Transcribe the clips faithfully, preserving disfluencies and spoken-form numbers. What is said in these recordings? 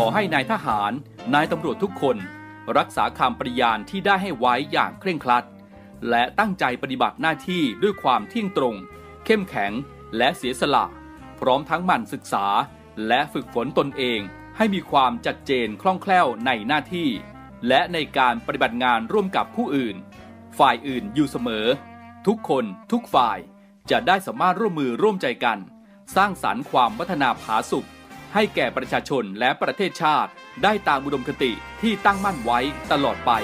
อให้นายทหารนายตำรวจทุกคนรักษาคำปฏิญาณที่ได้ให้ไว้อย่างเคร่งครัดและตั้งใจปฏิบัติหน้าที่ด้วยความเที่ยงตรงเข้มแข็งและเสียสละพร้อมทั้งหมั่นศึกษาและฝึกฝนตนเองให้มีความชัดเจนคล่องแคล่วในหน้าที่และในการปฏิบัติงานร่วมกับผู้อื่นฝ่ายอื่นอยู่เสมอทุกคนทุกฝ่ายจะได้สามารถร่วมมือร่วมใจกันสร้างสรรค์ความพัฒนาผาสุกให้แก่ประชาชนและประเทศชาติได้ตามอุดมคติที่ตั้งมั่นไว้ตลอดไป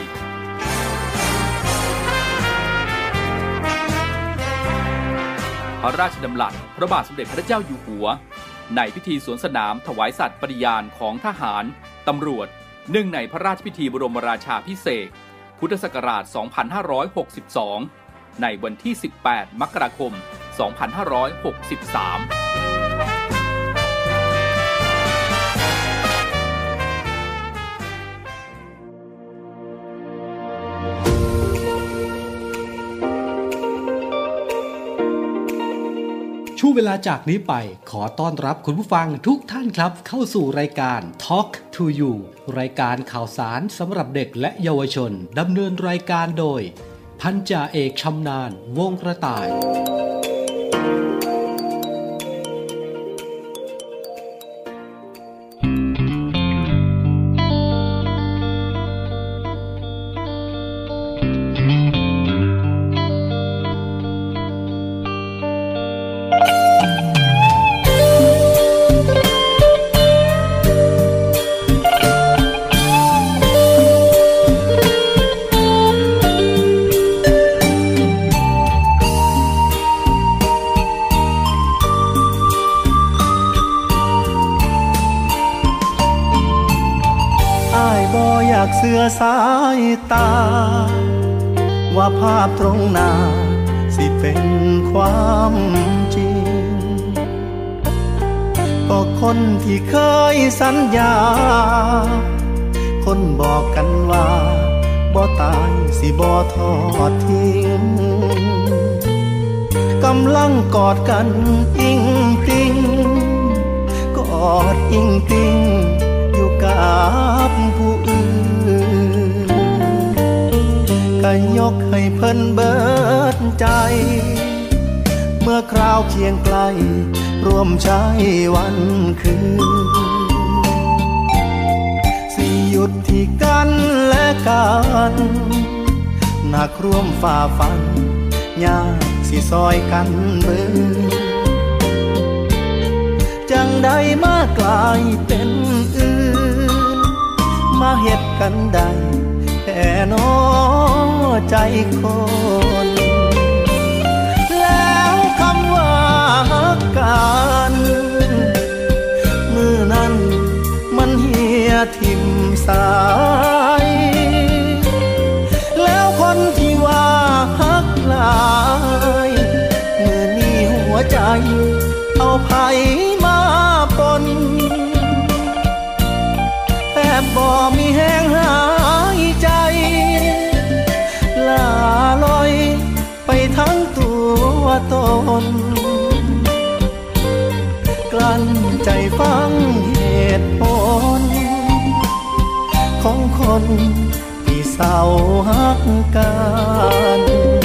พระราชดำรัสพระบาทสมเด็จพระเจ้าอยู่หัวในพิธีสวนสนามถวายสัตย์ปฏิญาณของทหารตำรวจเนื่องในพระราชพิธีบรมราชาภิเษกพุทธศักราช สองพันห้าร้อยหกสิบสอง ในวันที่ สิบแปด มกราคม สองพันห้าร้อยหกสิบสามช่วงเวลาจากนี้ไปขอต้อนรับคุณผู้ฟังทุกท่านครับเข้าสู่รายการ Talk to You รายการข่าวสารสำหรับเด็กและเยาวชนดำเนินรายการโดยพันจ่าเอกชำนาญวงกระต่ายเสื้อสายตาว่าภาพตรงหน้าสิเป็นความจริงก็คนที่เคยสัญญาคนบอกกันว่าบ่ตายสิบ่ทอดทิ้งกำลังกอดกันอิงติงกอดอิงติงอยู่กับผู้อื่นก็ยกให้เพิ่นเบิดใจเมื่อคราวเคียงไกลร่วมใช้วันคืนสิหยุดที่กันและกันหนักร่วมฝ่าฟันยากสิซอยกันเบิดจังได้มากลายเป็นอื่นมาเฮ็ดกันได้แค่น้อใจคนแล้วคำว่าฮักกันมือนั้นมันเหี่ยทิ่มสายแล้วคนที่ว่าฮักหลายมือนี้หัวใจเอาไผมาปนแทบบ่มีแห้งหายใจลาลอยไปทั้งตัวตนกลั้นใจฟังเหตุผลของคนที่เศร้าฮักกัน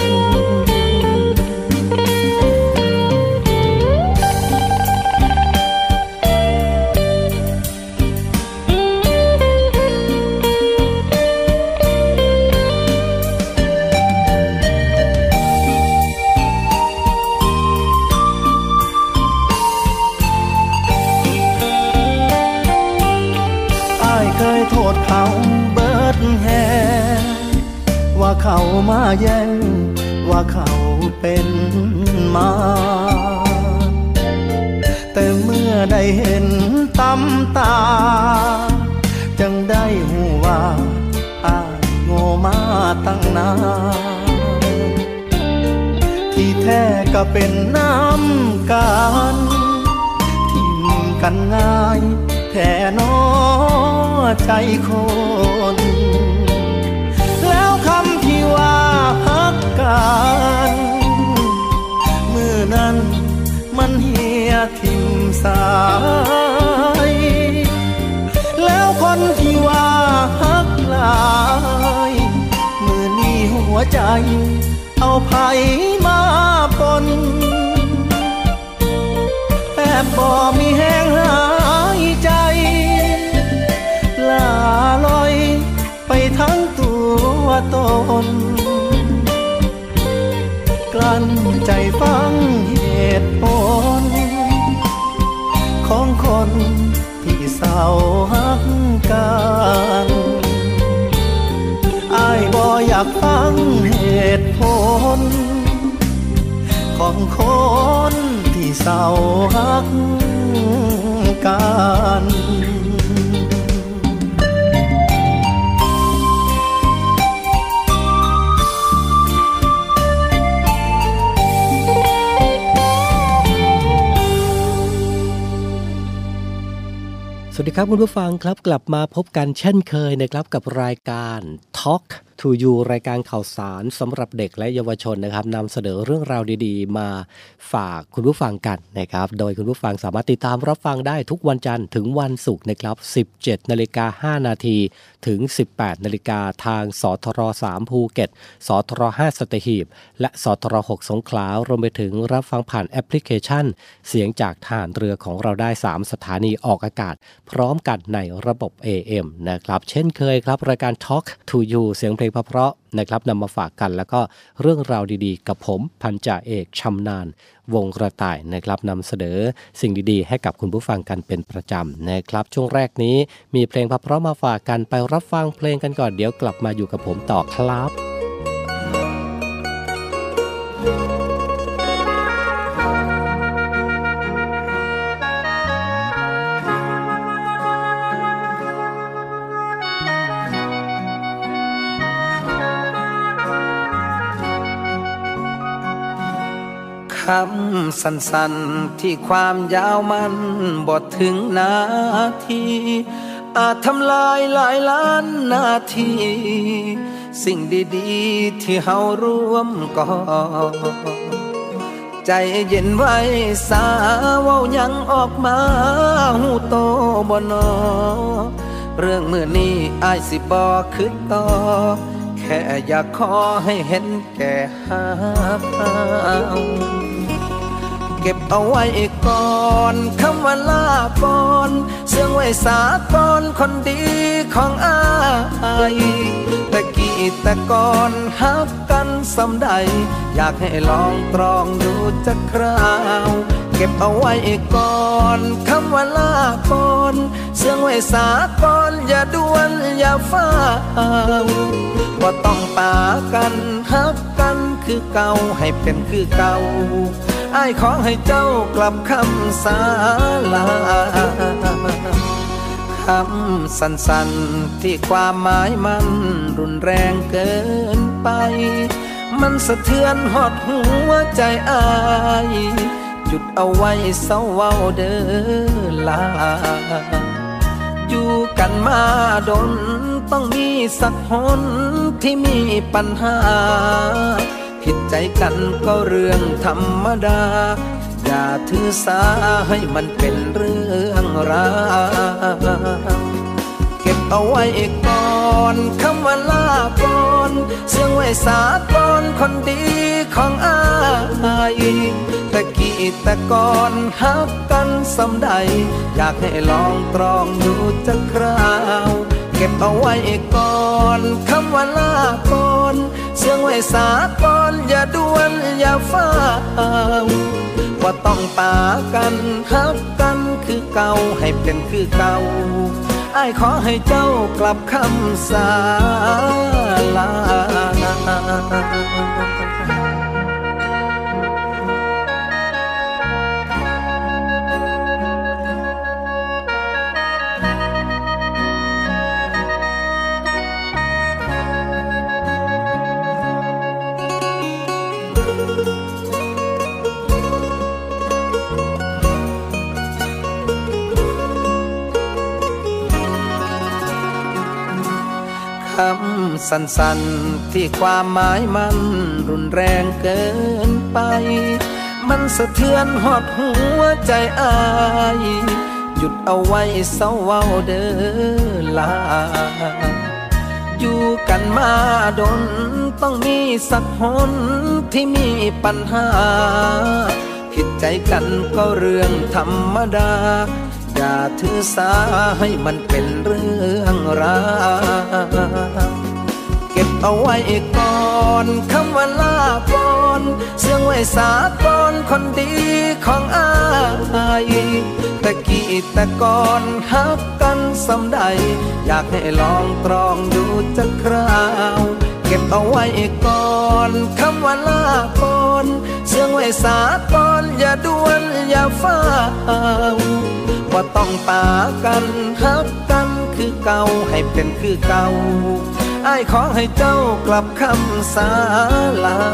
เขาเบิดแฮว่าเขามาแย่งว่าเขาเป็นมาแต่เมื่อได้เห็นตำตาจังได้หูว่าอ้ายโง่มาตั้งนานที่แท้ก็เป็นน้ำกันทิ่มกันง่ายแท่น้อใจคนแล้วคำที่ว่าฮักกันมือนั้นมันเหี่ยทิ่มสายแล้วเอาไผมาปนแอบบ่มีแห้งหายใจลาลอยไปทั้งตัวตนกลั้นใจฟังเหตุผลของคนที่เศร้าหักกันอ้ายบ่อยากฟังเหตุผลของคนที่เศร้าหักกันสวัสดีครับคุณผู้ฟังครับกลับมาพบกันเช่นเคยนะครับกับรายการ Talk to You รายการข่าวสารสำหรับเด็กและเยาวชนนะครับนำเสนอเรื่องราวดีๆมาฝากคุณผู้ฟังกันนะครับโดยคุณผู้ฟังสามารถติดตามรับฟังได้ทุกวันจันทร์ถึงวันศุกร์นะครับ สิบเจ็ดนาฬิกาห้านาทีถึง สิบแปดนาฬิกาทางสทรสามภูเก็ตสทรห้าสัตหีบและสทรหกสงขลารวมไปถึงรับฟังผ่านแอปพลิเคชันเสียงจากทหารเรือของเราได้สามสถานีออกอากาศพร้อมกันในระบบ เอ เอ็ม นะครับเช่นเคยครับรายการ Talk to You เสียงเพลงเพราะๆนะครับนำมาฝากกันแล้วก็เรื่องราวดีๆกับผมพันจ่าเอกชำนาญวงกระต่ายนะครับนำเสนอสิ่งดีๆให้กับคุณผู้ฟังกันเป็นประจำนะครับช่วงแรกนี้มีเพลงเพราะๆมาฝากกันไปรับฟังเพลงกันก่อนเดี๋ยวกลับมาอยู่กับผมต่อครับคำสั้นๆที่ความยาวมันบ่ถึงนาทีอาจทำลายหลายล้านนาทีสิ่งดีๆที่เฮาร่วมก่อใจเย็นไว้สาเว้ายังออกมาหูโตบ่นอเรื่องมื้อนี้อ้ายสิบ่คิดต่อแค่อยากขอให้เห็นแก่หาเก็บเอาไว้ก่อนคำว่าลาก่อนเสื่องไว้สาก่อนคนดีของอ้ายแต่กี่แต่ก่อนฮักกันสำใดอยากให้ลองตรองดูจักคราวเก็บเอาไว้ก่อนคำว่าลาก่อนเสื่องไว้สาก่อนอย่าด่วนอย่าฟ้าวบ่ต้องปากันฮักกันคือเก่าให้เป็นคือเก่าอ้ายขอให้เจ้ากลับคำสาลาคำสั้นๆที่ความหมายมันรุนแรงเกินไปมันสะเทือนหดหัวใจอ้ายหยุดเอาไว้เศร้าเว้าเด้อลาอยู่กันมาดนต้องมีสักหนที่มีปัญหาผิดใจกันก็เรื่องธรรมดาอย่าถือสาให้มันเป็นเรื่องราวเก็บเอาไว้ก่อนคำว่าลาก่อนเสื่องไว้สาก่อนคนดีของอ้ายแต่กี่แต่ก่อนฮักกันสำใดอยากให้ลองตรองดูจักคราวเก็บเอาไว้ก่อนคำว่าลาก่อนเสื่องไว้สาก่อนอย่าด่วนอย่าฟ้าวว่าต้องปากันฮักกันคือเก่าให้เป็นคือเก่าอ้ายขอให้เจ้ากลับคำสาลาคำสั้นๆที่ความหมายมันรุนแรงเกินไปมันสะเทือนหดหัวใจอ้ายหยุดเอาไว้เศร้าเว้าเด้อลาอยู่กันมาดนต้องมีสักหนที่มีปัญหาผิดใจกันก็เรื่องธรรมดาอย่าถือสาให้มันเป็นเรื่องราวเก็บเอาไว้ก่อนคำว่าลาก่อนเสื่องไว้สาก่อนคนดีของอายแต่กี้แต่ก่อนฮักกันสำใดอยากให้ลองตรองดูจักคราวเก็บเอาไว้ก่อนคำว่าลาก่อนเสื่องไว้สาก่อนอย่าด่วนอย่าฟ้าวว่าต้องปากันฮักกันคือเก่าให้เป็นคือเก่าอ้ายขอให้เจ้ากลับคำสาลา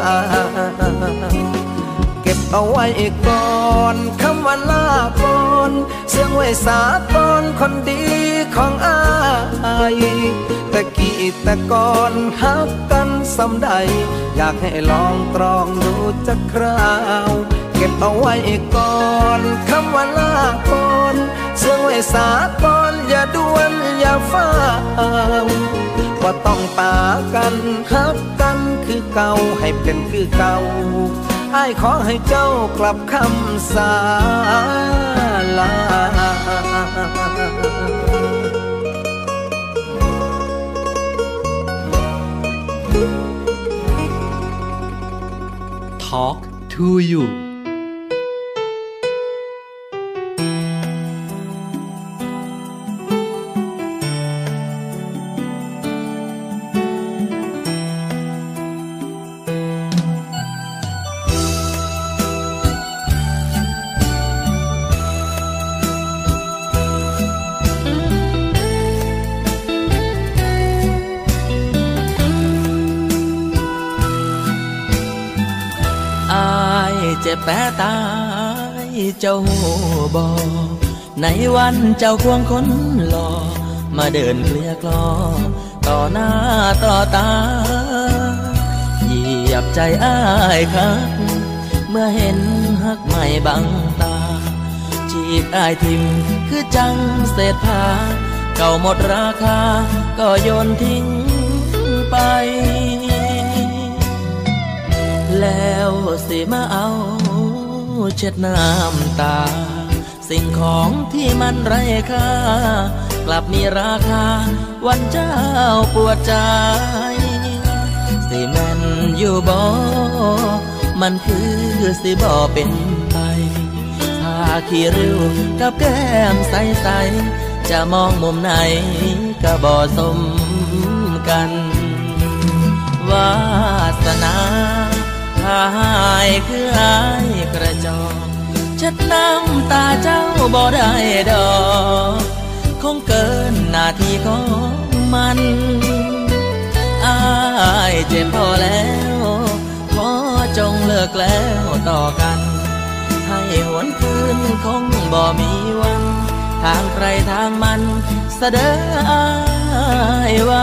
เก็บเอาไว้ก่อนคำว่าลาก่อนเสื่องไว้สาก่อนคนดีของอ้ายแต่กี้แต่ก่อนฮักกันสำใดอยากให้ลองตรองดูจักคราวเก็บเอาไว้ก่อนคำว่าลาก่อนเสื่องไว้สาก่อนอย่าด่วนอย่าฟ้าวว่าต้องปากันฮักกันคือเก่าให้เป็นคือเก่าอ้ายขอให้เจ้ากลับคำสาลา Talk to you เจ็บแปรตายเจ้าบ่ในวันเจ้าควงคนหล่อมาเดินเกลี้ยกล่อต่อหน้าต่อตาเหยียบใจอ้ายคักเมื่อเห็นฮักไม่บังตาจีบอ้ายทิมคือจังเศษผ้าเก่าหมดราคาก็โยนทิ้งไปแล้วสิมาเอาเช็ดน้ำตาสิ่งของที่มันไร้ค่ากลับมีราคาวันเจ้าปวดใจสิแม่นอยู่บ่มันคือสิบ่เป็นไปถ้าขี้ริ้วกับแก้มใสๆจะมองมุมไหนก็บ่สมกันวาสนาถ้าหายคือหายกระจอกเช็ดน้ำตาเจ้าบ่ได้ดอกคงเกินหน้าที่ของมันอ้ายเจ็บพอแล้วขอจงเลิกแล้วต่อกันให้หวนคืนคงบ่มีวันทางใครทางมันเสด็จอ้ายว่า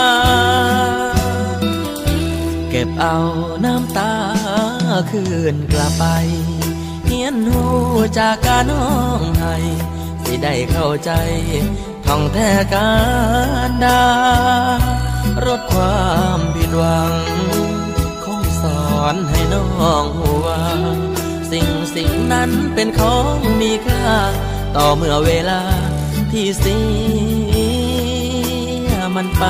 เก็บเอาน้ำตาคืนกลับไปเฮียนหูจากการน้องให้สิได้เข้าใจท่องแท้การดารดความผิดหวังคงสอนให้น้องหูว่าสิ่งสิ่งนั้นเป็นของมีค่าต่อเมื่อเวลาที่เสียมันไป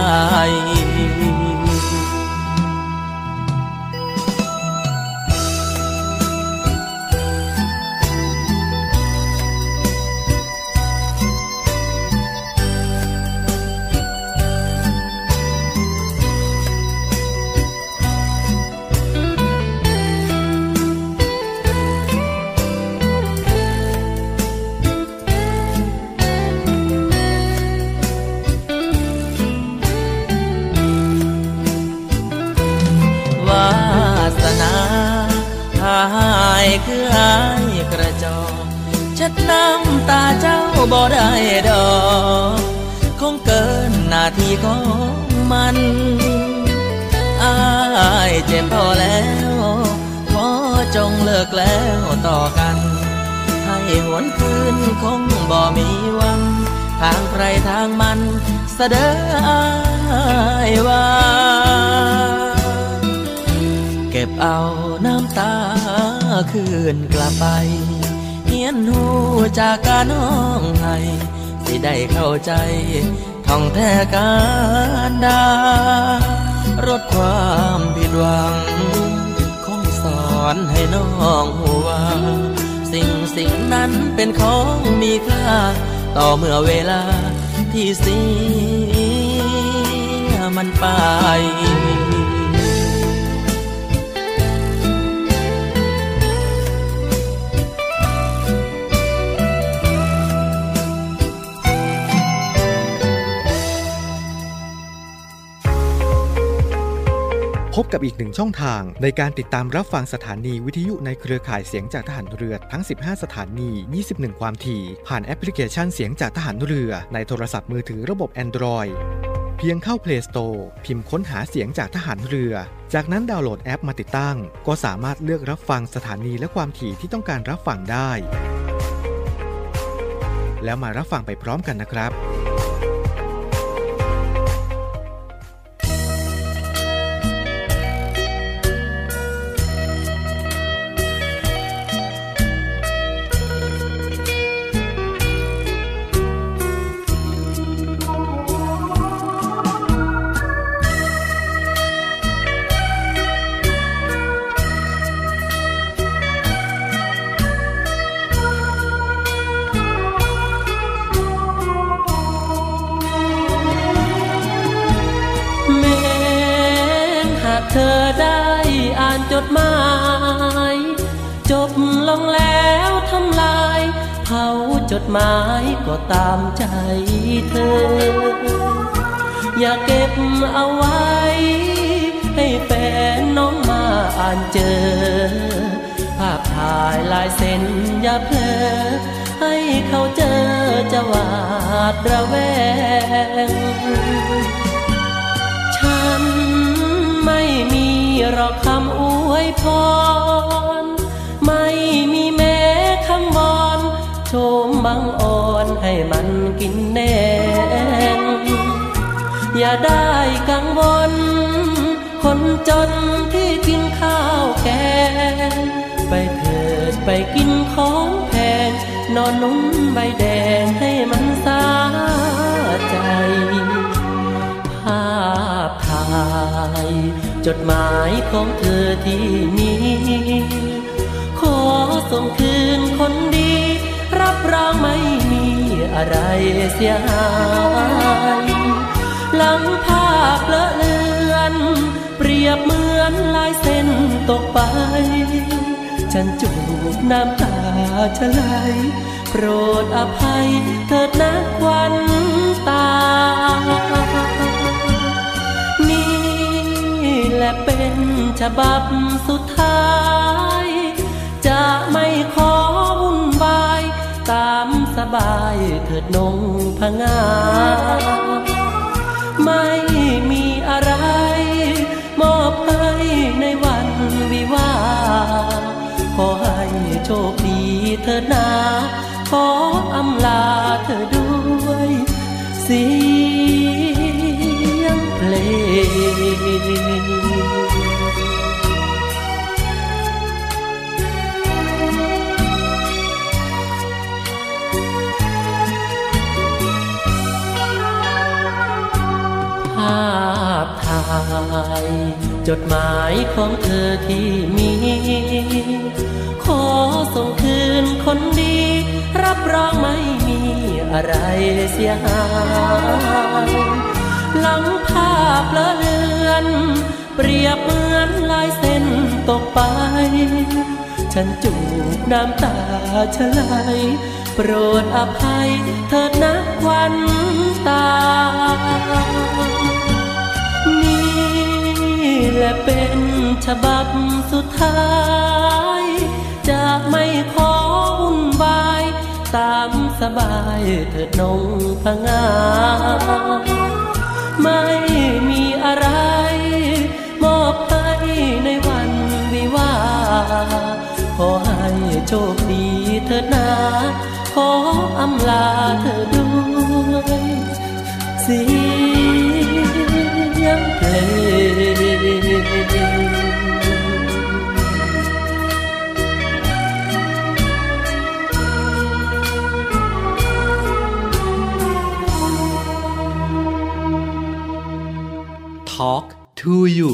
หายคือหายกระจอกเช็ดน้ำตาเจ้าบ่ได้ดอกคงเกินหน้าที่ของมันอ้ายเจ็บพอแล้วขอจงเลิกแล้วต่อกันให้หวนคืนคงบ่มีวันทางใครทางมันเสด็จว่าเก็บเอาน้ำตาคืนกลับไปเฮียนหูจากการน้องให้สิได้เข้าใจท่องแท้การดารดความผิดหวังคงสอนให้น้องหูว่าสิ่งสิ่งนั้นเป็นของมีค่าต่อเมื่อเวลาที่เสียมันไปพบกับอีกหนึ่งช่องทางในการติดตามรับฟังสถานีวิทยุในเครือข่ายเสียงจากทหารเรือทั้งสิบห้าสถานียี่สิบเอ็ดความถี่ผ่านแอปพลิเคชันเสียงจากทหารเรือในโทรศัพท์มือถือระบบ Android เพียงเข้า Play Store พิมพ์ค้นหาเสียงจากทหารเรือจากนั้นดาวน์โหลดแอปมาติดตั้งก็สามารถเลือกรับฟังสถานีและความถี่ที่ต้องการรับฟังได้แล้วมารับฟังไปพร้อมกันนะครับเธอได้อ่านจดหมายจบลงแล้วทำลายเผาจดหมายก็ตามใจเธออย่าเก็บเอาไว้ให้แฟนน้องมาอ่านเจอภาพถ่ายลายเซ็นอย่าเพลอให้เขาเจอจะหวาดระแวงฉันไม่มีหรอกคำอวยพรไม่มีแม้คำวอนโชมบังอ่อนให้มันกินแน่อย่าได้กังวลคนจนที่กินข้าวแกงไปเถิดไปกินของแพงนอนนุ่มใบแดงให้มันสาใจภาพถ่ายจดหมายของเธอที่มีขอส่งคืนคนดีรับรองไม่มีอะไรเสียหายหลังภาพเลอะเลือนเปรียบเหมือนลายเส้นตกไปฉันจูบน้ำตาชะไหลโปรดอภัยเถิดนะควันตาและเป็นฉบับสุดท้ายจะไม่ขอวุ่นวายตามสบายเถิดนงพงาไม่มีอะไรมอบให้ในวันวิวาห์ขอให้โชคดีเถิดนาขออำลาเธอด้วยเสียงเพลงภาพถ่ายจดหมายของเธอที่มีขอส่งคืนคนดีรับรองไม่มีอะไรเสียหายหลังภาพเลอะเลือนเปรียบเหมือนลายเส้นตกไปฉันจูบน้ำตาชะไหลโปรดอภัยเถิดนะควันตานี่แหละเป็นฉบับสุดท้ายจะไม่ขอวุ่นวายตามสบายเถิดนงพงาไม่มีอะไรมอบให้ในวันวิวาห์ขอให้โชคดีเถิดนาขออำลาเธอด้วยเสีย Talk to you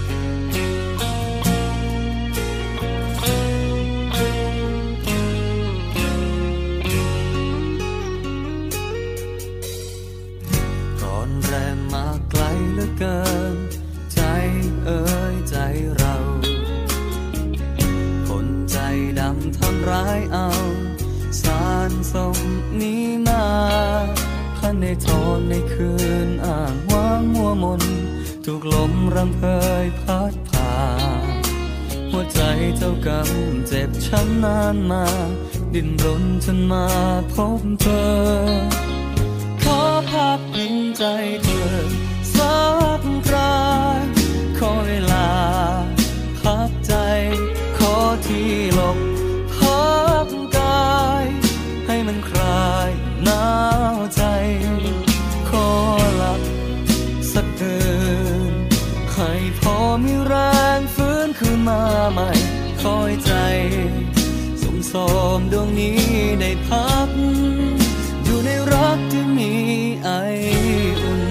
ร้อนแรงมาไกลเหลือเกินใจเอ่ยใจเราคนใจดำทำร้ายเอาสารสมนี้มาพันในทนในคืนอ่างว่างมัวมนถูกลมรำเพยพัดผ่าหัวใจเจ้ากรรมเจ็บช้ำนานมาดิ้นรนจนมาพบเธอขอพักพิงใจเธอสักคราขอเวลาพักใจขอที่หลบพักกายให้มันคลายหนาวใจขอหลับสักคืนให้พอมีแรงฟื้นคืนมาใหม่คอยใจสมสมดวงนี้ได้พักอยู่ในรักที่มีไออุ่น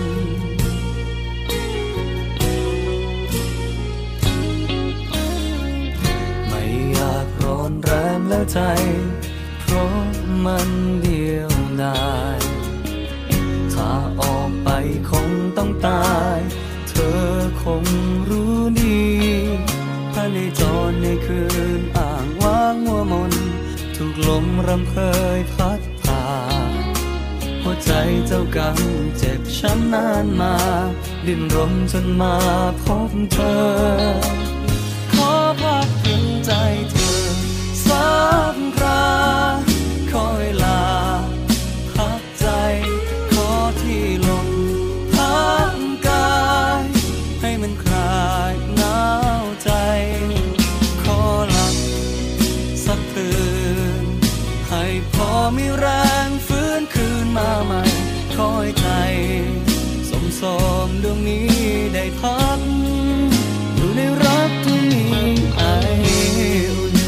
ไม่อยากร้อนแรงแล้วใจเพราะมันเดียวดายถ้าออกไปคงต้องตายเธอคงรู้ดีภายในจรในคืนอ่างว่างมัวมนถูกลมรำเพยพัดผ่าหัวใจเจ้ากรรมเจ็บช้ำนานมาดิ้นรนจนมาพบเธอขอพักพิงใจเธอสักคราขอเวลาพักใจขอที่ลมพักกายให้มันคลายหนาวใจขอหลับสักตื่นให้พอมีแรงฟื้นคืนมาใหม่คอยใจสมสมดวงนี้ได้พักอยู่ในรักที่มีไออุ่น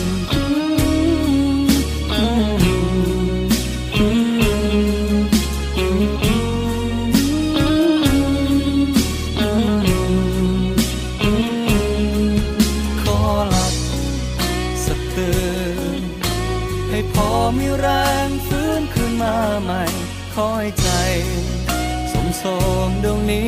ขอหลับสักตื่นให้พอมีแรงฟื้นคืนมาใหม่คอยใจสมสมดวงนี้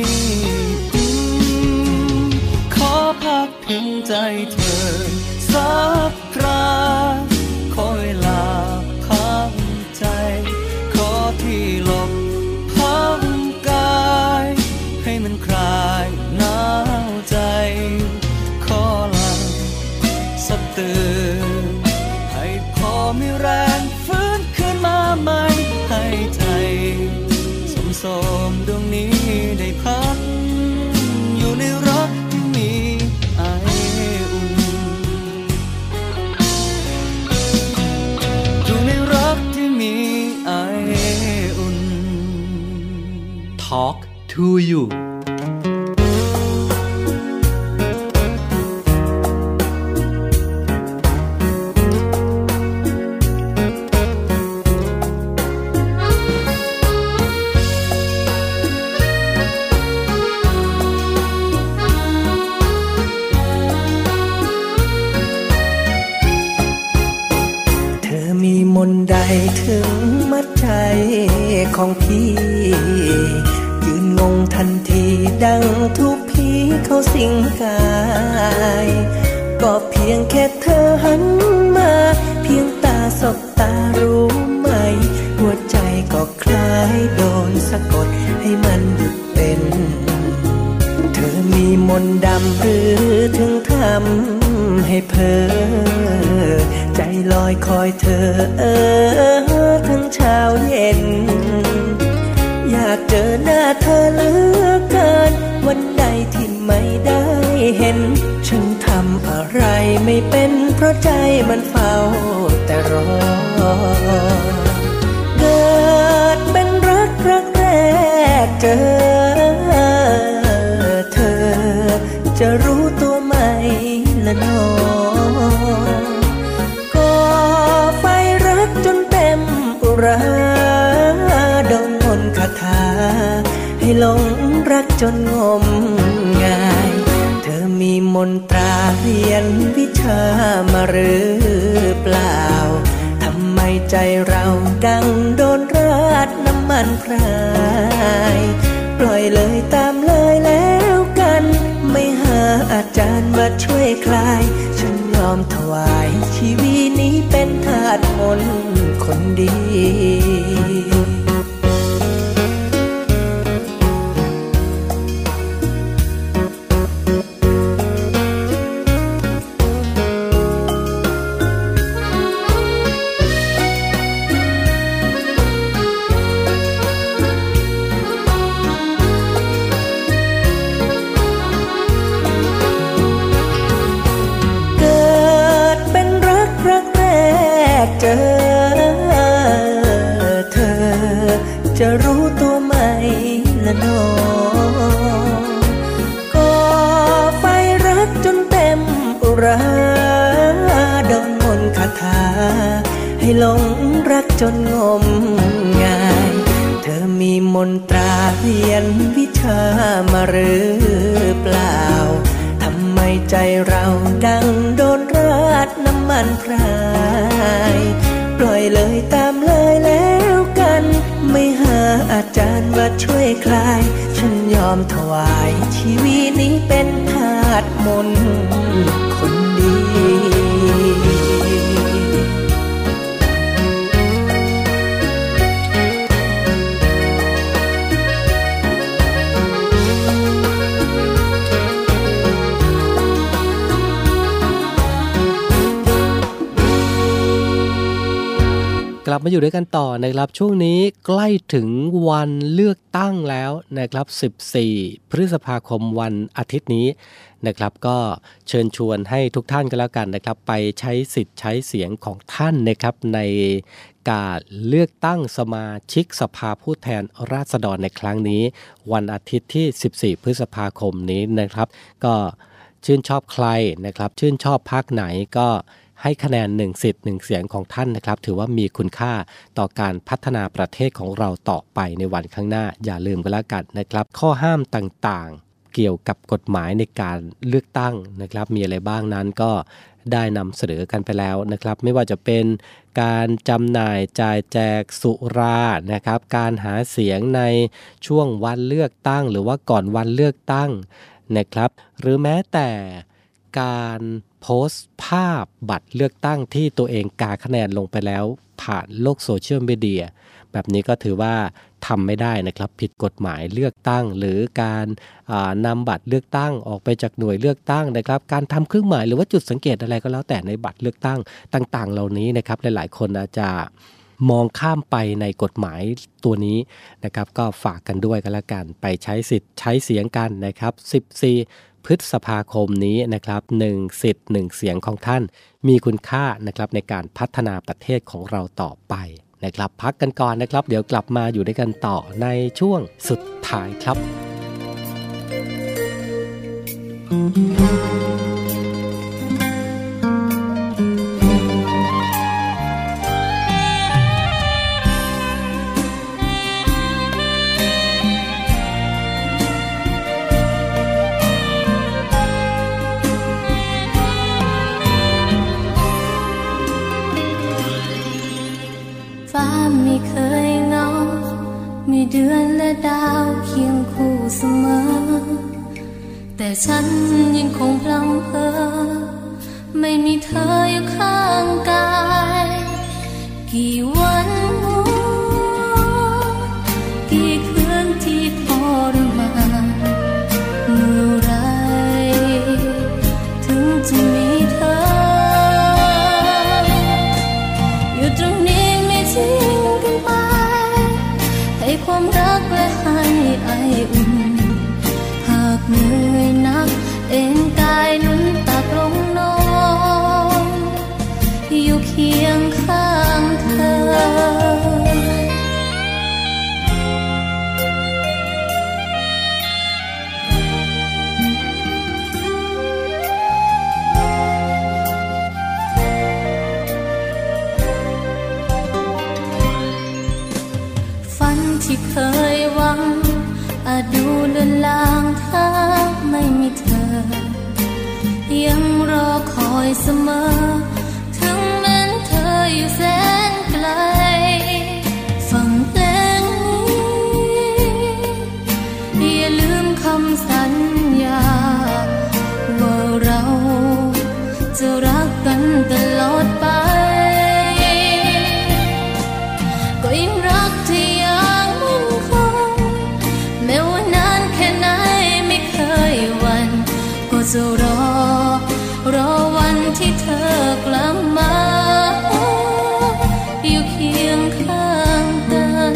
ขอพักพิงใจเธอสักคราขอเวลาพักใจขอที่หลบพักกายให้มันคลายหนาวใจขอหลับสักตื่นให้พอมีแรงฟื้นคืนมาใหม่ให้ใจสมสมดวงนี้ได้พักอยู่ในรักที่มีไออุ่นอยู่ในรักที่มีไออุ่น Talk to you มนต์ใดถึงมัดใจของพี่ยืนงงทันทีดังทุกผีเขาสิงกายก็เพียงแค่เธอหันมาเพียงตาสบตารู้ไหมหัวใจก็คล้ายโดนสะกดให้มันหยุดเป็นเธอมีมนต์ดำหรือถึงทำให้เพ้อใจลอยคอยเธอเออทั้งเช้าเย็นอยากเจอหน้าเธอเหลือเกินวันใดที่ไม่ได้เห็นฉันทำอะไรไม่เป็นเพราะใจมันเฝ้าแต่รอเกิดเป็นรักรักแรกเจอเธอจะรู้ตัวไหมละน้อก่อไฟรักจนเต็มอุราโดนมนต์คาถาให้หลงรักจนงมงายเธอมีมนตราเรียนวิชามาหรือเปล่าทำไมใจเราดังโดนราดน้ำมันพรายปล่อยเลยตามเลยแล้วกันไม่หาอาจารย์มาช่วยคลายฉันยอมถวายชีวิตนี้เป็นทาสมนต์คนดีเจอเธอจะรู้ตัวไหมละน้องก็ไฟรักจนเต็มอุราโดนมนต์คาถาให้หลงรักจนงมงายเธอมีมนตราเรียนวิชามาหรือเปล่าทำไมใจเราดังโดนราดน้ำมันพรายปล่อยเลยตามเลยแล้วกันไม่หาอาจารย์มาช่วยคลายฉันยอมถวายชีวิตนี้เป็นทาสมนต์คนดีกลับมาอยู่ด้วยกันต่อนะครับช่วงนี้ใกล้ถึงวันเลือกตั้งแล้วนะครับสิบสี่พฤษภาคมวันอาทิตย์นี้นะครับก็เชิญชวนให้ทุกท่านกันแล้วกันนะครับไปใช้สิทธิ์ใช้เสียงของท่านนะครับในการเลือกตั้งสมาชิกสภาผู้แทนราษฎรในครั้งนี้วันอาทิตย์ที่สิบสี่พฤษภาคมนี้นะครับก็ชื่นชอบใครนะครับชื่นชอบพรรคไหนก็ให้คะแนนหนึ่งสิทธิ์หนึ่งเสียงของท่านนะครับถือว่ามีคุณค่าต่อการพัฒนาประเทศของเราต่อไปในวันข้างหน้าอย่าลืมกันแล้วกันนะครับข้อห้ามต่างๆเกี่ยวกับกฎหมายในการเลือกตั้งนะครับมีอะไรบ้างนั้นก็ได้นำเสนอกันไปแล้วนะครับไม่ว่าจะเป็นการจำหน่ายจ่ายแจกสุรานะครับการหาเสียงในช่วงวันเลือกตั้งหรือว่าก่อนวันเลือกตั้งนะครับหรือแม้แต่การโพสต์ภาพบัตรเลือกตั้งที่ตัวเองกาคะแนนลงไปแล้วผ่านโลกโซเชียลมีเดียแบบนี้ก็ถือว่าทำไม่ได้นะครับผิดกฎหมายเลือกตั้งหรือการนำบัตรเลือกตั้งออกไปจากหน่วยเลือกตั้งนะครับการทำเครื่องหมายหรือว่าจุดสังเกตอะไรก็แล้วแต่ในบัตรเลือกตั้งต่างๆเหล่านี้นะครับหลายๆคนอาจจะมองข้ามไปในกฎหมายตัวนี้นะครับก็ฝากกันด้วยกันละกันไปใช้สิทธิ์ใช้เสียงกันนะครับสิบสี่พฤษภาคมนี้นะครับหนึ่งสิทธิ์หนึ่งเสียงของท่านมีคุณค่านะครับในการพัฒนาประเทศของเราต่อไปนะครับพักกันก่อนนะครับเดี๋ยวกลับมาอยู่ด้วยกันต่อในช่วงสุดท้ายครับไม่เคยเหงามีเดือนและดาวเคียงคู่เสมอแต่ฉันยังคงพลังเพ้อไม่มีเธออยู่ข้างกายกี่วันกี่คืนที่ทรมานเมื่อไรถึงจะมีเธออยู่ตรงนี้ไม่ทิ้งให้ความรักและให้ไออุ่นหากเหนื่อยนักเอ็นกายนุ่นตักลงนอนอยู่เคียงข้างเธอที่เคยหวังอาจดูเลืออนลางถ้าไม่มีเธอยังรอคอยเสมอถึงแม้เธออยู่แสนไกลฟังเพลงนี้อย่าลืมคำสัญญาว่าเราจะรักกันตลอดไปก็ยังรักที่ยังมั่นคงแม้ว่านานแค่ไหนไม่เคยหวั่นก็จะรอรอวันที่เธอกลับมาอยู่เคียงข้างกัน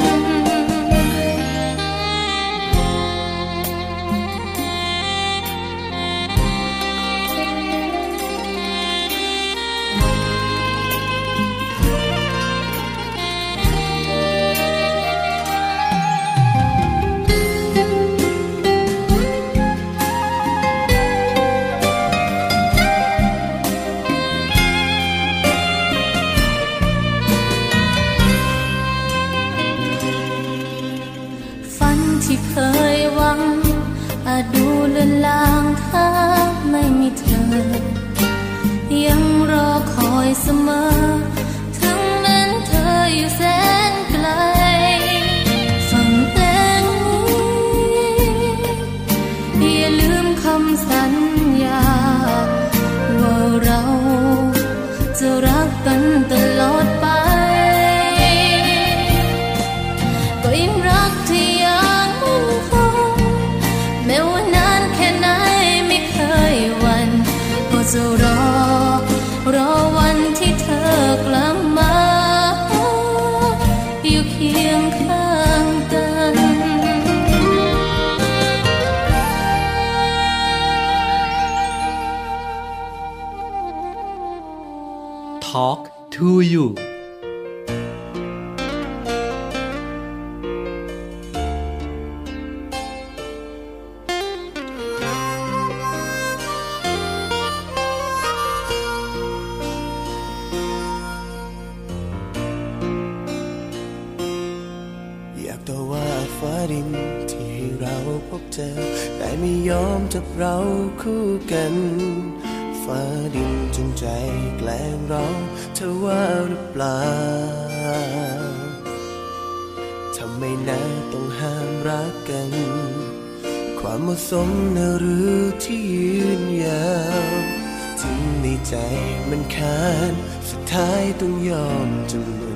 ที่เคยหวังอาจดูเลือนลางถ้าไม่มีเธอยังรอคอยเสมอถึงแม้เธออยู่แสนไกลฟังเพลงนี้อย่าลืมคำสัญญาว่าเราจะรักกันตลอดไปก็ยังรักที่ยังแม้ว่านานแค่ไหนไม่เคยหวั่นก็จะรอรอวันที่เธอกลับมาอยู่เคียงข้างกัน Talk to you ที่เราพบเจอแต่ไม่ยอมจับเราคู่กันฟ้าดินจงใจแกล้งเราเธอว่าหรือเปล่าทำไมนะต้องห้ามรักกันความเหมาะสมนะหรือที่ยืนยาวถึงในใจมันค้านสุดท้ายต้องยอมจำนน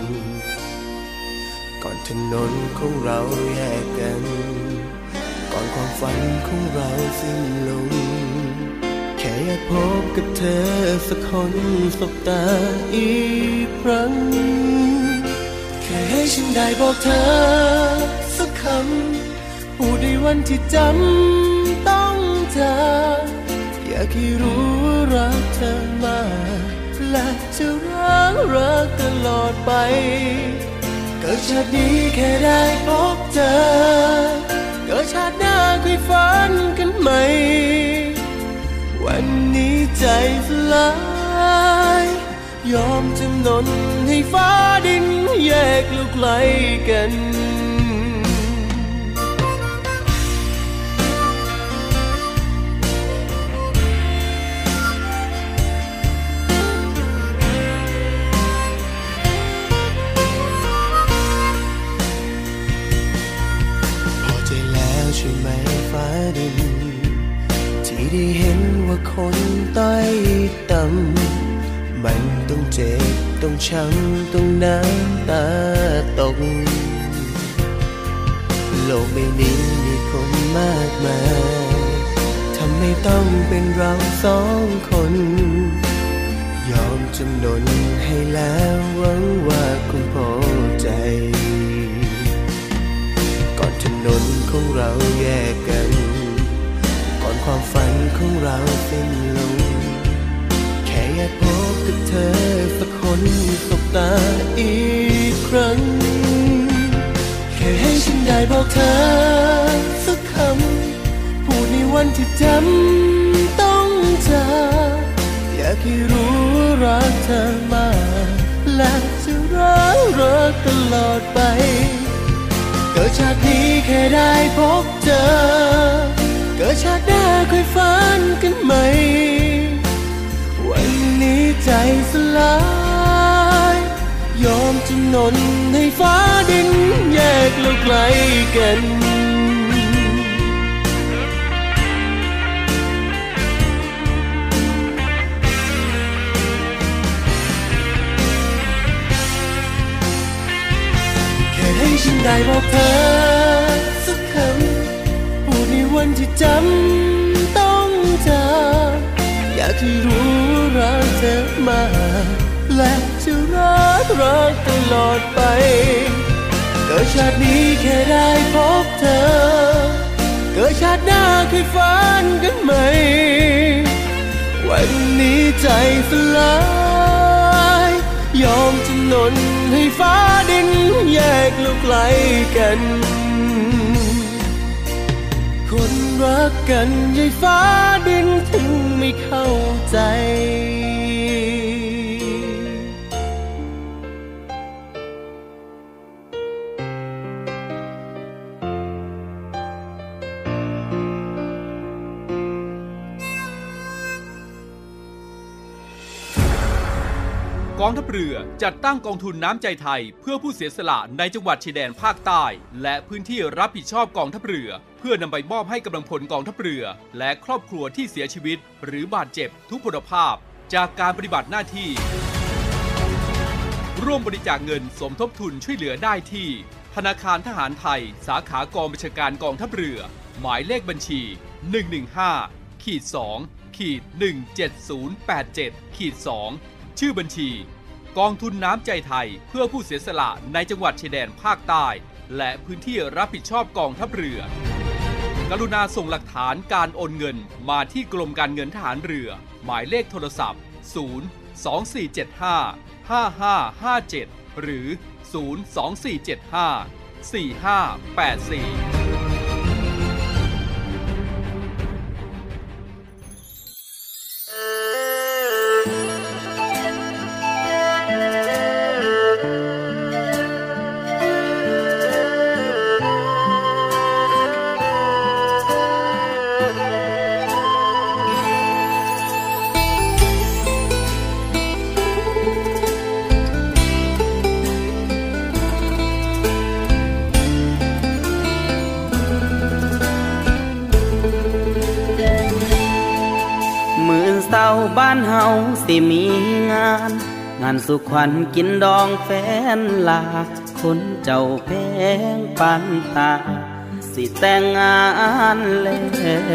ก่อนถนนของเราแยกกันก่อนความฝันของเราสิ้นลงแค่อยากพบกับเธอสักคนสบตาอีกครั้งแค่ให้ฉันได้บอกเธอสักคำพูดในวันที่จำต้องจากอยากให้รู้ว่ารักเธอมากและจะรักรักตลอดไปเกิดชาตินี้แค่ได้พบเธอเกิดชาติหน้าคุยฝันกันไหมวันนี้ใจสลายยอมจำนนให้ฟ้าดินแยกลูกไกลกันใช่ไหมฟ้าดินที่ได้เห็นว่าคนต้อยต่ำมันต้องเจ็บต้องช้ำต้องน้ำตาตกโลกใบนี้มีคนมากมายทำไมต้องเป็นเราสองคนยอมจำนนให้แล้วหวังว่าคงพอใจถนนของเราแยกกันก่อนความฝันของเราสิ้นลงแค่อยากพบกับเธอสักคนสบตาอีกครั้งแค่ให้ฉันได้บอกเธอสักคำพูดในวันที่จำต้องจากอยากให้รู้ว่ารักเธอมากและจะรักรักตลอดไปเกิดชาตินี้แค่ได้พบเจอเกิดชาติหน้าค่อยฝันกันไหมวันนี้ใจสลายยอมจำนนให้ฟ้าดินแยกเราไกลกันแค่ให้ฉันได้บอกเธอสักคำพูดในวันที่จำต้องจากอยากให้รู้รักเธอมาและจะรักรักตลอดไปเกิดชาตินี้แค่ได้พบเธอเกิดชาติหน้าเคยฝันกันไหมวันนี้ใจสลายยอมจำนนให้ฟ้าดินแยกเราไกลกันคนรักกันยายฟ้าดินถึงไม่เข้าใจกองทัพเรือจัดตั้งกองทุนน้ำใจไทยเพื่อผู้เสียสละในจังหวัดชายแดนภาคใต้และพื้นที่รับผิดชอบกองทัพเรือเพื่อนำไปมอบให้กำลังพลกองทัพเรือและครอบครัวที่เสียชีวิตหรือบาดเจ็บทุกพลภาพจากการปฏิบัติหน้าที่ร่วมบริจาคเงินสมทบทุนช่วยเหลือได้ที่ธนาคารทหารไทยสาขากองบัญชาการกองทัพเรือหมายเลขบัญชี หนึ่ง หนึ่ง ห้า สอง หนึ่ง เจ็ด ศูนย์ แปด เจ็ด สองชื่อบัญชีกองทุนน้ำใจไทยเพื่อผู้เสียสละในจังหวัดชายแดนภาคใต้และพื้นที่รับผิดชอบกองทัพเรือกรุณาส่งหลักฐานการโอนเงินมาที่กรมการเงินทหารเรือหมายเลขโทรศัพท์ศูนย์ สอง สี่ เจ็ด ห้า ห้า ห้า ห้า เจ็ดหรือศูนย์ สอง สี่ เจ็ด ห้า สี่ ห้า แปด สี่บ้านเฮาสิมีงานงานสุขวัญกินดองแฟนลาคนเจ้าแพงปานตาสิแต่งงานเลย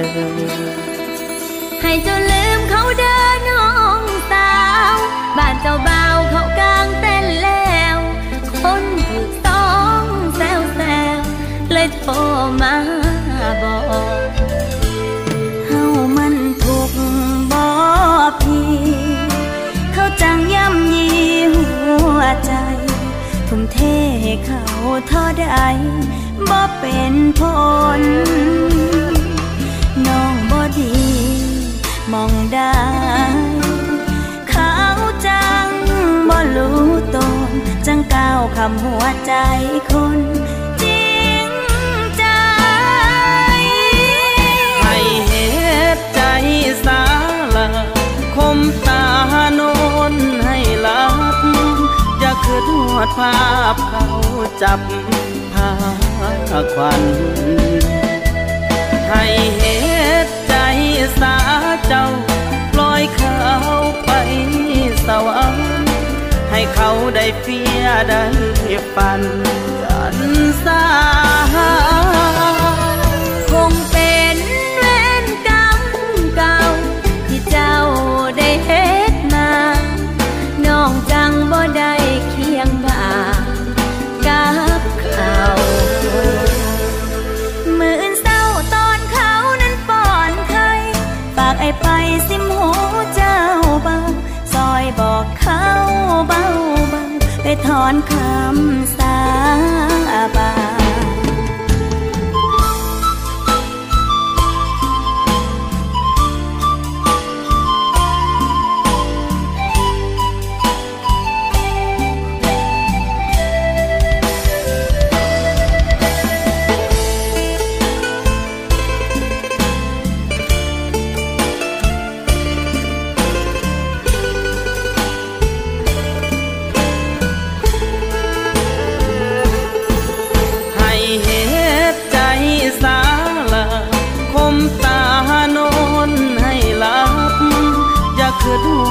ให้เจ้าลืมเขาเดินน้องสาวบ้านเจ้าบ่าวเขากางเต้นแล้วคนถูกต้องแซวแซวเลยโทรมาบอกเฮามันทุกข์บ่พี่เขาจังย่ำยีหัวใจทุ่มเทให้เขาเท่าใดบ่เป็นผลน้องบ่ดีมองได้เขาจังบ่รู้ตนจังก้าวคำหัวใจคนจริงใจให้เหตุใจสาคมตาโนนให้หลับอย่าคืนหวดภาพเขาจับพาควันให้เหตุใจสาเจ้าปล่อยเขาไปสวรรค์ให้เขาได้เฟียได้ฝันกันสาคงเป็นเวรกรรมเก่าที่เจ้าได้เฮ็ดมาน้องจังบ่ได้เคียงบ่ากับเขามื้ออื่นเช้าตอนเขานั้นป้อนไข่ฝากไอ้ไปสิมหูเจ้าเบาซอยบอกเขาเบาเบาไปถอนคำสาบาน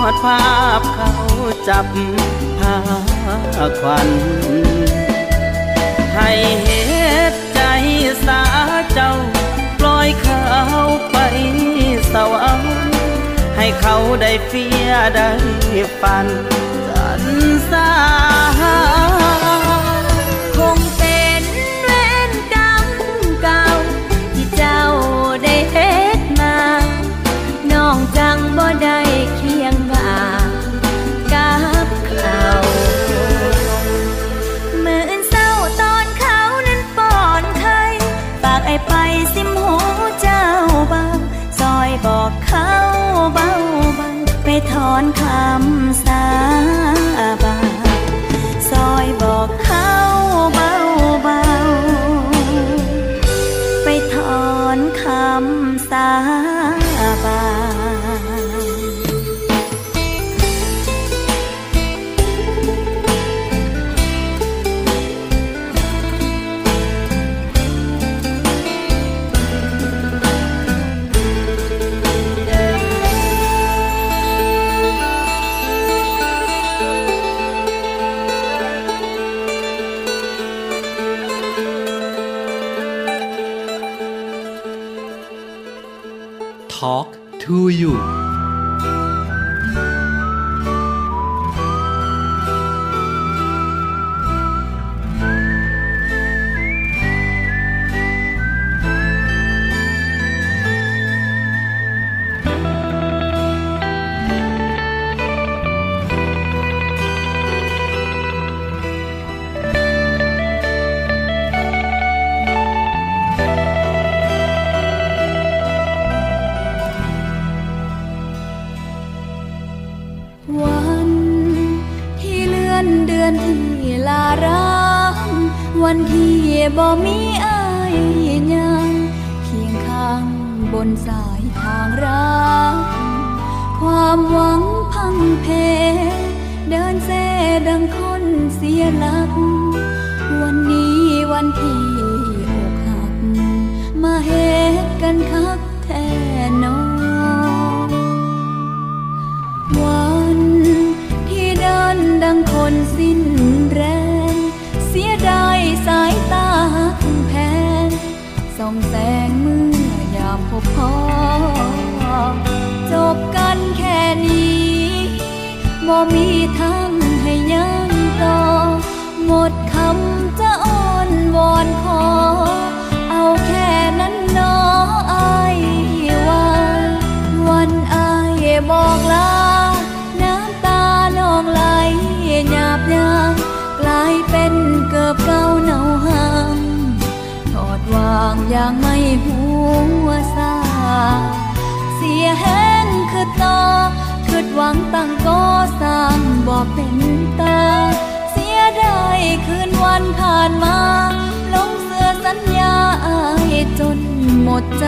ดภาพเขาจับผ้าควันให้เหตุใจสาเจ้าปล่อยเขาไปสวรรค์ให้เขาได้เฟียได้ฝันจันสาคงเป็นเวรกรรมเก่าที่เจ้าได้เฮ็ดมาน้องจังบ่ได้เคียงบ่ากับเขามื้ออื่นเช้าตอนเขานั้นป้อนไข่ฝากไอ้ไปสิมหูเจ้าเบาซอยบอกเขาเบาๆไปถอนคำสาบานซอยบอกเขาเบาๆไปถอนคำสาบาน Talk to youวันที่บ่มีอ้ายยังเคียงข้างบนสายทางรักความหวังพังเพเดินเซดังคนเสียหลักวันนี้วันที่อกหักมาเฮ็ดกันคักแท้น้องวันที่เดินดังคนสิ้นแรงเสียดายสายตาแพ้ส่องแสงเมื่อยามพบพ่อจบกันแค่นี้บ่มีทางให้ยังต่อหมดคำจะอ้อนวอนขอเอาแค่นั้นน้ออายวันวันอายบอกลาน้ำตาน้องไหลหยาบยางกลายเป็นเกือบเก่าเนาห่างทอดวางอย่างไม่หัวซาเสียแห้งคือต่อคือหวังตั้งก่อสร้างบอกเป็นตาเสียดายคืนวันผ่านมาลงเสื้อสัญญาอายจนหมดใจ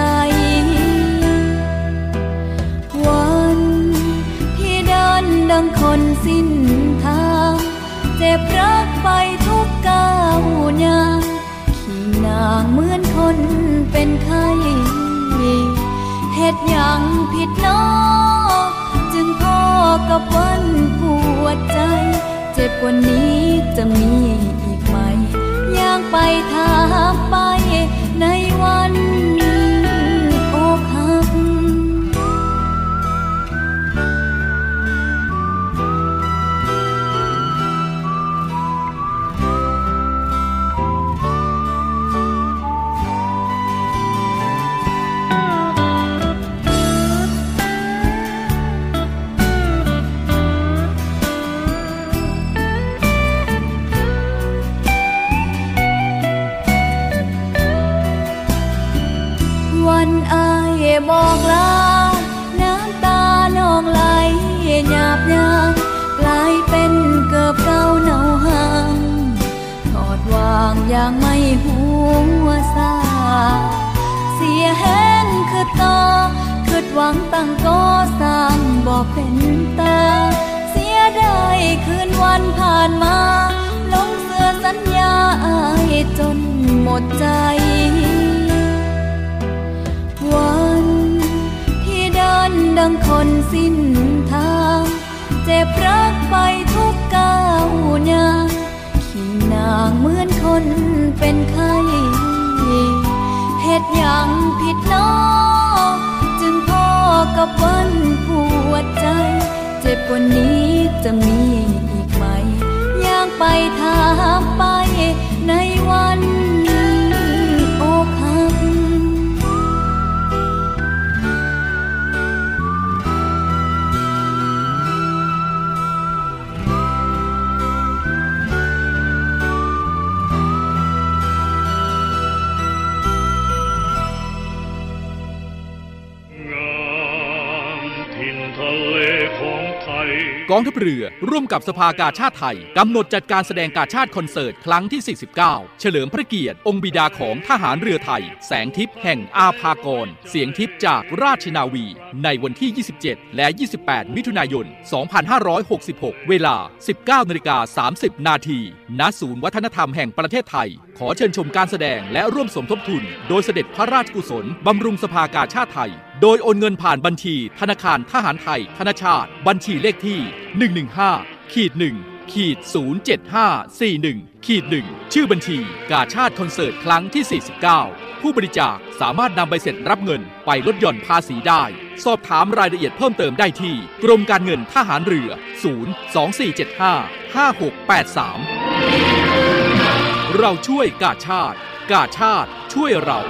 วันที่เดินดังคนสิ้นทางเจ็บรักไปทุกก้าวย่างขี้นางเหมือนคนเป็นไข้เฮ็ดหยังผิดน้อจึงพอกับวันปวดใจเจ็บกว่านี้จะมีอีกไหมย่างไปถามไปในวันอกหักวันอายบอกลาน้ำตาน้องไหลหยาบยางกลายเป็นเกือบเก่าเนาห่างทอดวางอย่างไม่หัวซาเสียแห้งคือต่อคือหวังตั้งก่อสร้างบอกเป็นตาเสียดายคืนวันผ่านมาลงเสื้อสัญญาอายจนหมดใจวันที่เดินดังคนสิ้นทางจ็บรักไปทุกก้าวหน้าขี้นางเหมือนคนเป็นไข้เหตุอย่างผิดน้อจึงพ่อกับวันปวดใจเจ็บกว่านี้จะมีอีกไหมย่างไปถามไปในวันอกหักกองทัพเรือร่วมกับสภากาชาดไทยกำหนดจัดการแสดงกาชาดคอนเสิร์ตครั้งที่ สี่สิบเก้า เฉลิมพระเกียรติองค์บิดาของทหารเรือไทยแสงทิพย์แห่งอาภากรเสียงทิพย์จากราชนาวีในวันที่ ยี่สิบเจ็ด และ ยี่สิบแปด มิถุนายน สองพันห้าร้อยหกสิบหก เวลา สิบเก้านาฬิกาสามสิบ นาทีณ ศูนย์วัฒนธรรมแห่งประเทศไทยขอเชิญชมการแสดงและร่วมสมทบทุนโดยเสด็จพระราชกุศลบำรุงสภากาชาดไทยโดยโอนเงินผ่านบัญชีธนาคารทหารไทยธนชาติบัญชีเลขที่ หนึ่ง หนึ่ง ห้า หนึ่ง ศูนย์ เจ็ด ห้า สี่ หนึ่ง หนึ่ง ชื่อบัญชีกาชาดคอนเสิร์ตครั้งที่ สี่สิบเก้า ผู้บริจาคสามารถนำใบเสร็จรับเงินไปลดหย่อนภาษีได้สอบถามรายละเอียดเพิ่มเติมได้ที่กรมการเงินทหารเรือ ศูนย์ สอง สี่ เจ็ด ห้า ห้า หก แปด สาม เราช่วยกาชาดกาชาดช่วยเรา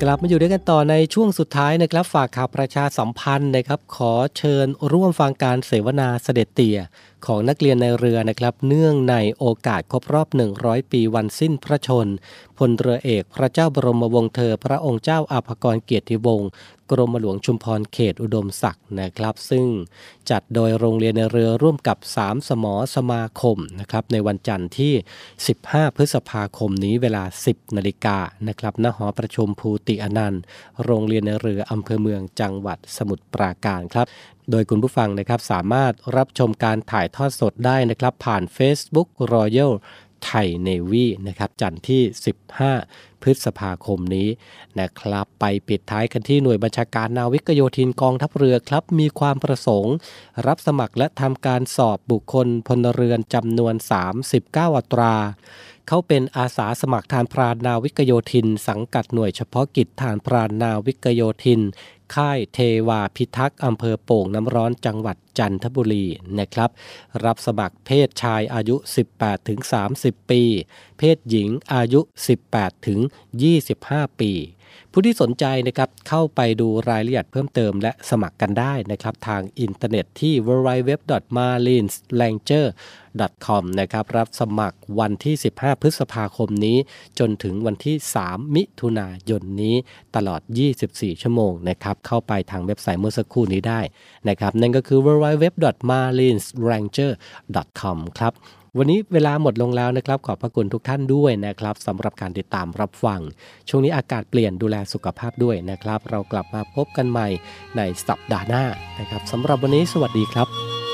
ลับมาอยู่ด้วยกันต่อในช่วงสุดท้ายนะครับฝากข่าวประชาสัมพันธ์นะครับขอเชิญร่วมฟังการเสวนาเสด็จเตี่ยของนักเรียนในเรือนะครับเนื่องในโอกาสครบรอบหนึ่งร้อยปีวันสิ้นพระชนม์พลเรือเอกพระเจ้าบรมวงศ์เธอพระองค์เจ้าอาภากรเกียรติวงศ์กรมหลวงชุมพรเขตอุดมศักดิ์นะครับซึ่งจัดโดยโรงเรียนในเรือร่วมกับสามสมสมาคมนะครับในวันจันทร์ที่สิบห้าพฤษภาคมนี้เวลา สิบนาฬิกานะครับณหอประชุมภูติอนันต์โรงเรียนในเรืออำเภอเมืองจังหวัดสมุทรปราการครับโดยคุณผู้ฟังนะครับสามารถรับชมการถ่ายทอดสดได้นะครับผ่าน Facebook Royal Thai Navy นะครับจันทร์ที่สิบห้าพฤษภาคมนี้นะครับไปปิดท้ายกันที่หน่วยบัญชาการนาวิกโยธินกองทัพเรือครับมีความประสงค์รับสมัครและทำการสอบบุคคลพลเรือนจำนวนสามสิบเก้าอัตราเขาเป็นอาสาสมัครทหารพรานนาวิกโยธินสังกัดหน่วยเฉพาะกิจทหารพรานนาวิกโยธินค่ายเทวาพิทักษ์อำเภอโป่งน้ำร้อนจังหวัดจันทบุรีนะครับรับสมัครเพศชายอายุ สิบแปดถึงสามสิบ ปีเพศหญิงอายุ สิบแปดถึงยี่สิบห้า ปีผู้ที่สนใจนะครับเข้าไปดูรายละเอียดเพิ่มเติมและสมัครกันได้นะครับทางอินเทอร์เน็ตที่ ดับเบิลยู ดับเบิลยู ดับเบิลยู ดอท มารีนส์แลงเจอร์ ดอท คอม นะครับรับสมัครวันที่สิบห้าพฤษภาคมนี้จนถึงวันที่สามมิถุนายนนี้ตลอดยี่สิบสี่ชั่วโมงนะครับเข้าไปทางเว็บไซต์เมื่อสักครู่นี้ได้นะครับนั่นก็คือ ดับเบิลยู ดับเบิลยู ดับเบิลยู ดอท มารีนส์แลงเจอร์ ดอท คอม ครับวันนี้เวลาหมดลงแล้วนะครับขอบพระคุณทุกท่านด้วยนะครับสำหรับการติดตามรับฟังช่วงนี้อากาศเปลี่ยนดูแลสุขภาพด้วยนะครับเรากลับมาพบกันใหม่ในสัปดาห์หน้านะครับสำหรับวันนี้สวัสดีครับ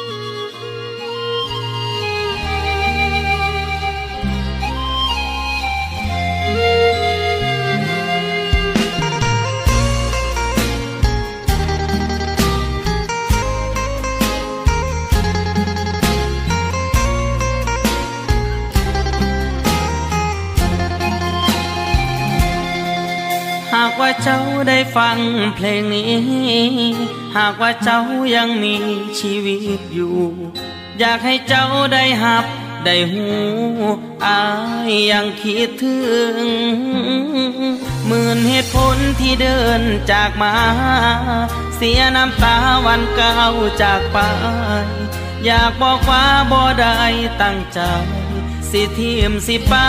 หากว่าเจ้าได้ฟังเพลงนี้หากว่าเจ้ายังมีชีวิตอยู่อยากให้เจ้าได้หับได้หูอายยังคิดถึงหมื่นเหตุผลที่เดินจากมาเสียน้ำตาวันเก่าจากไปอยากบอกว่าบ่ได้ตั้งใจสิทีมสิป้า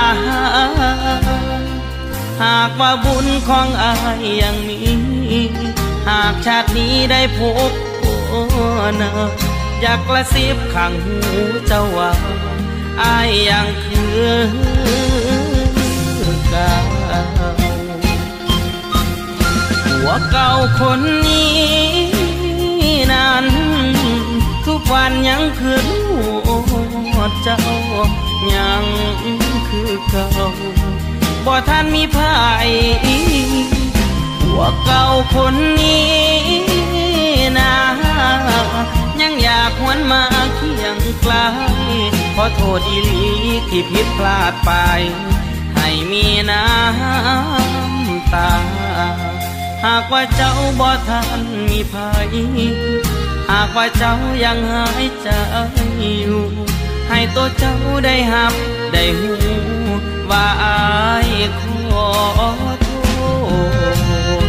หากว่าบุญของอายยังมีหากชาตินี้ได้พบเนาอยากกระซิบข้างหูเจ้าว่าอายยังคือเก่าหัวเก่าคนนี้นั้นทุกวันยังคือหัวเจ้ายังคือเก่าบ่ท่านมีภัยหัวเก่าคนนี้นะยังอยากหวนมาเคียงไกลขอโทษอีหลีที่ผิดพลาดไปให้มีน้ำตาหากว่าเจ้าบ่ท่านมีภัยหากว่าเจ้ายังหายใจอยู่ให้ตัวเจ้าได้หับได้หูว่าอายขอโทษ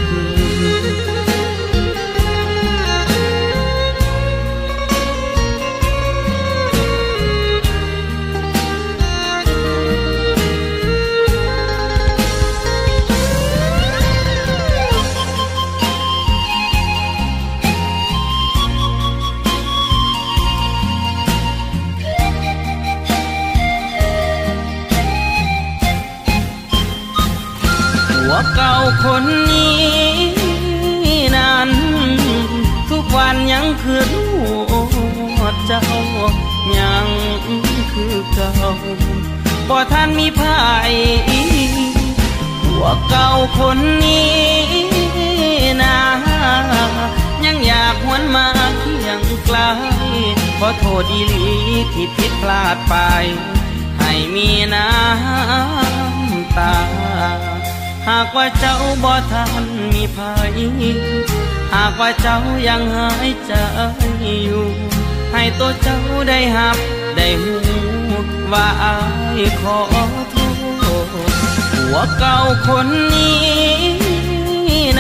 หัวเก่าคนนี้นั้นทุกวันยังคือหัวเจ้ายังคือเก่าบ่ท่านมีภัยหัวเก่าคนนี้นะยังอยากหวนมาเคียงไกลขอโทษอีหลีที่ผิดพลาดไปให้มีน้ำตาหากว่าเจ้าบ่ทันมีภัยหากว่าเจ้ายังหายใจอยู่ให้ตัวเจ้าได้หับได้หูว่าอายขอโทษหัวเก่าคนนี้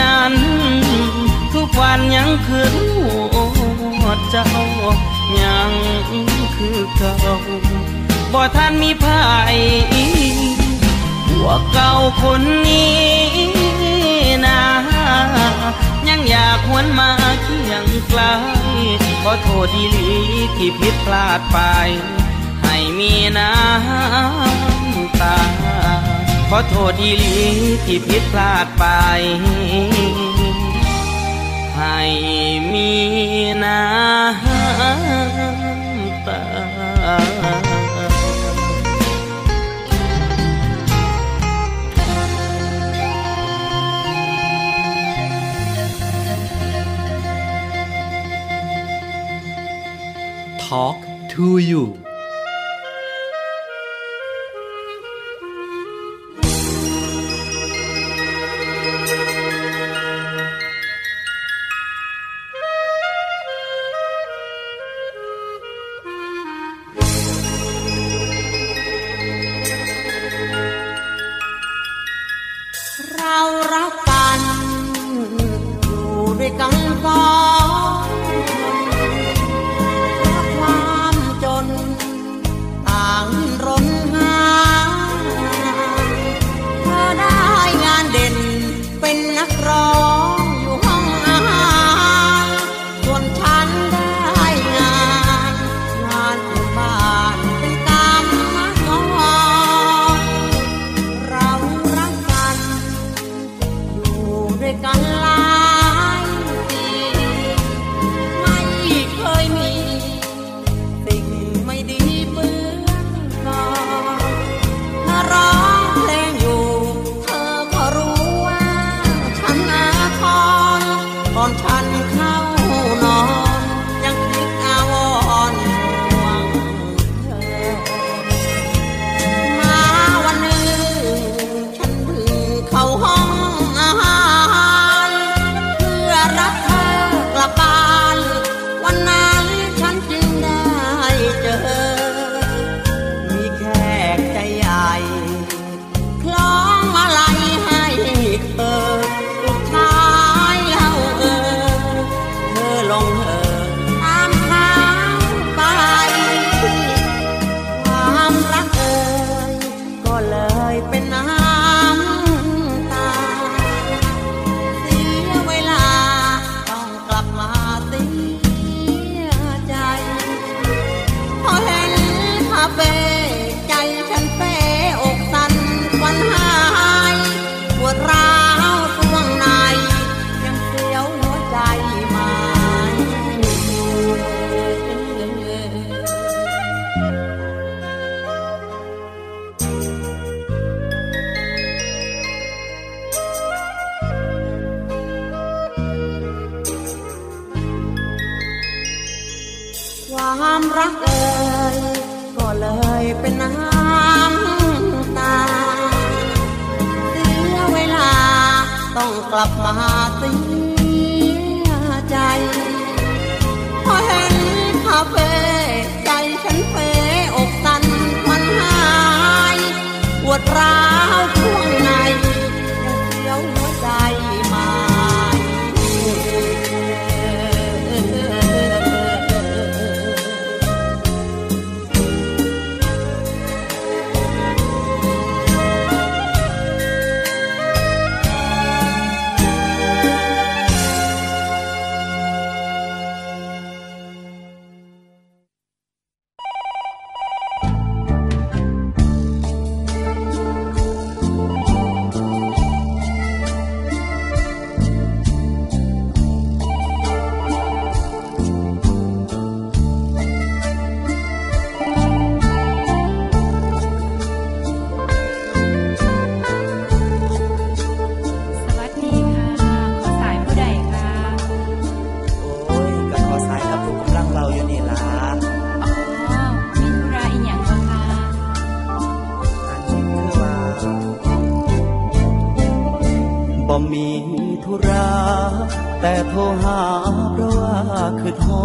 นั้นทุกวันยังคืนหัวเจ้ายังคือเก่าบ่ท่านมีภัยหัวเก่าคนนี้นะยังอยากหวนมาเคียงไกลขอโทษดีหลีที่ผิดพลาดไปให้มีน้ำตาขอโทษดีหลีที่ผิดพลาดไปให้มีน้ำตา Talk to you เรารักกันอยู่ด้วยกันสองความจนต่างรนหาเธอได้งานเด่นเป็นนักร้องอยู่ห้องอาหารส่วนฉันได้งานงานที่บ้านเป็นกรรมกรเรารักกันอยู่ด้วยกันหลายปีไม่เคยมีสิ่งไม่ดีเปื้อนก่อนถ้าร้องเพลงอยู่เธอก็รู้ว่าฉันอาทรก่อนฉันเข้านอนยังคิดอาวรณ์ห่วงเธอมาวันหนึ่งฉันเพิ่งเข้าห้องอาหารเพื่อรับเธอกลับบ้านวันนั้นฉันจึงได้เจอมีแขกใจใหญ่คล้องมาลัยให้เธอสุดท้ายเล่าเออเธอลงเออตามทางไปความรักเอ่ยก็เลยเป็นน้ำตาเสียเวลาต้องกลับมาเสียใจพอเห็นคาเฟ่ใจฉันเป้อกสั่นควันหายปวดร้าวช่วงในยังเสียวหัวใจไม่ความรักเอ่ยก็เลยเป็นน้ำตาเสียเวลาต้องกลับมาเสียใจพอเห็นคาเฟ่ใจฉันเป้อกสั่นควันหายปวดร้าวช่วงในยังเสียวหัวใจไม่มีธุระแต่โทรหาเพราะว่าคือท้อ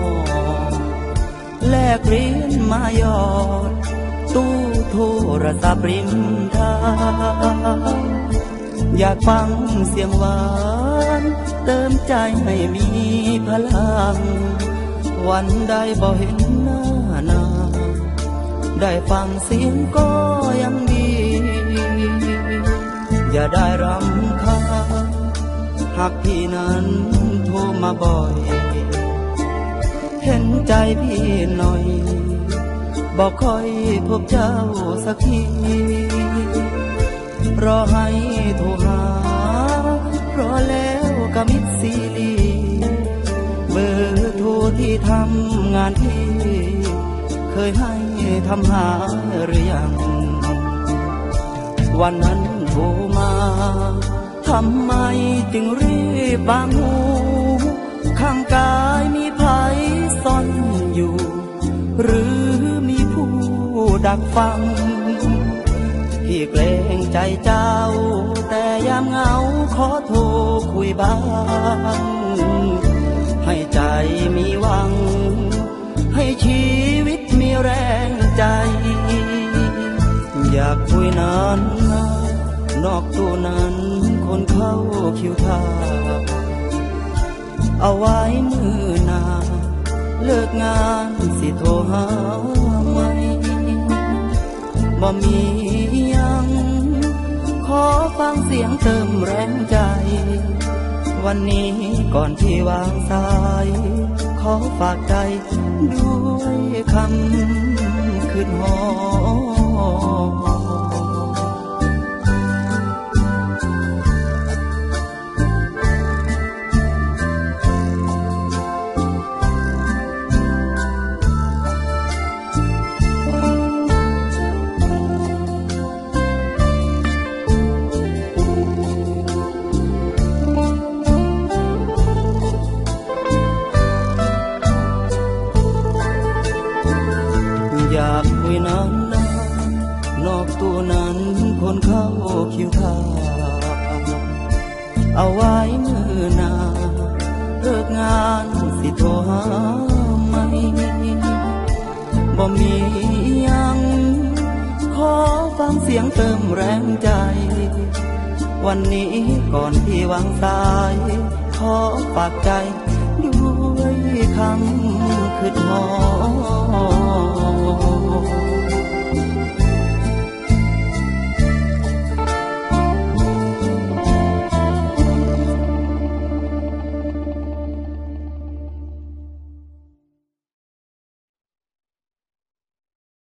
แลกเหรียญมายอดตู้โทรศัพท์ริมทางอยากฟังเสียงหวานเติมใจให้มีพลังวันใดบ่เห็นหน้านาได้ฟังเสียงก็ยังดีอย่าได้รำคาญหากพี่นั้นโทรมาบ่อยเห็นใจพี่หน่อยบอกค่อยพบเจ้าสักทีรอให้โทรหารอแล้วก็มิดซีรีเบอร์โทรที่ทำงานพี่เคยให้ทำหาหรือยังวันนั้นโทรมาทำไมจึงรีบบางหูข้างกายมีภัยซ่อนอยู่หรือมีผู้ดักฟังพี่เกรงใจเจ้าแต่ยามเหงาขอโทรคุยบ้างให้ใจมีหวังให้ชีวิตมีแรงใจอยากคุยนานนอกตัวนั้นคนเข้าคิวท่าเอาไว้มือหน้าเลิกงานสิโทรหาไหมบ่มียังขอฟังเสียงเติมแรงใจวันนี้ก่อนที่วางสายขอฝากใจด้วยคำคืนหออยากคุยนานนอกตัวนั้นคนเข้าคิวท่าเอาไว้มือหน้าเลิกงานสิโทรหาไหมบ่มียังขอฟังเสียงเติมแรงใจวันนี้ก่อนที่วางสายขอฝากใจด้วยคำคืนหอ